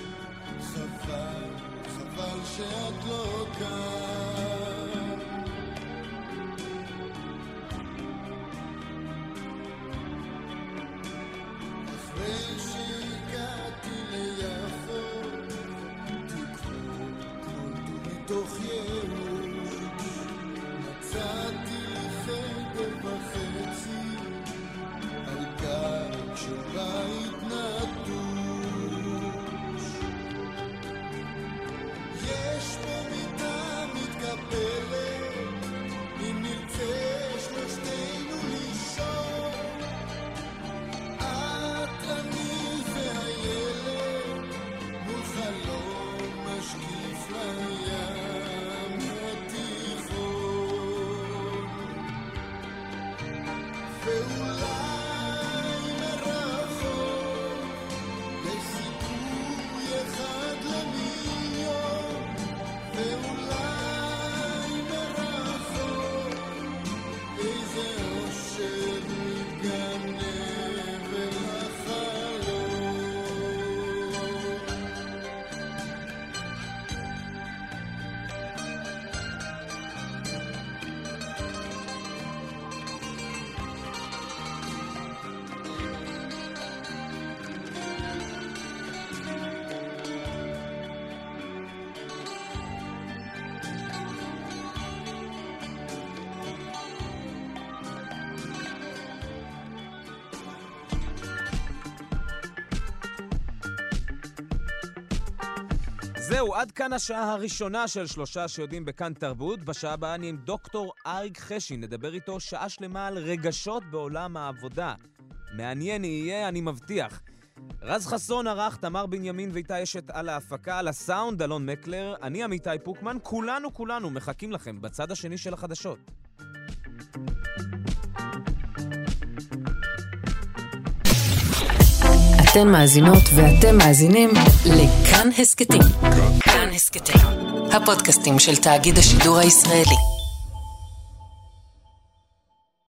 F: חבל שאת לא כאן. אחרי שהגעתי ליפו מתוך ייאוש, מצאתי חדר וחצי על גג של בית נטוש. יש פה מיטה מתקפלת, אם נרצה שלושתנו לישון, את, אני והילד מול חלום משקיף לים התיכון. ואולי מרחוק יש סיכוי אחד למיליון, ואולי מרחוק איזה אושר מתגנב אל החלום.
C: זהו, עד כאן השעה הראשונה של 3 שיודעים בכאן תרבות. בשעה הבאה אני עם דוקטור אריק חשין, נדבר איתו שעה שלמה על רגשות בעולם העבודה. מעניין יהיה, אני מבטיח. רז חסון ערך, תמר בנימין ואיתי אשת על ההפקה, על הסאונד, אלון מקלר, אני עמיתי פוקמן, כולנו מחכים לכם בצד השני של החדשות.
A: אתן מאזינות ואתם מאזינים לכאן הסקטים. כאן הסקטים, הפודקאסטים של תאגיד השידור הישראלי.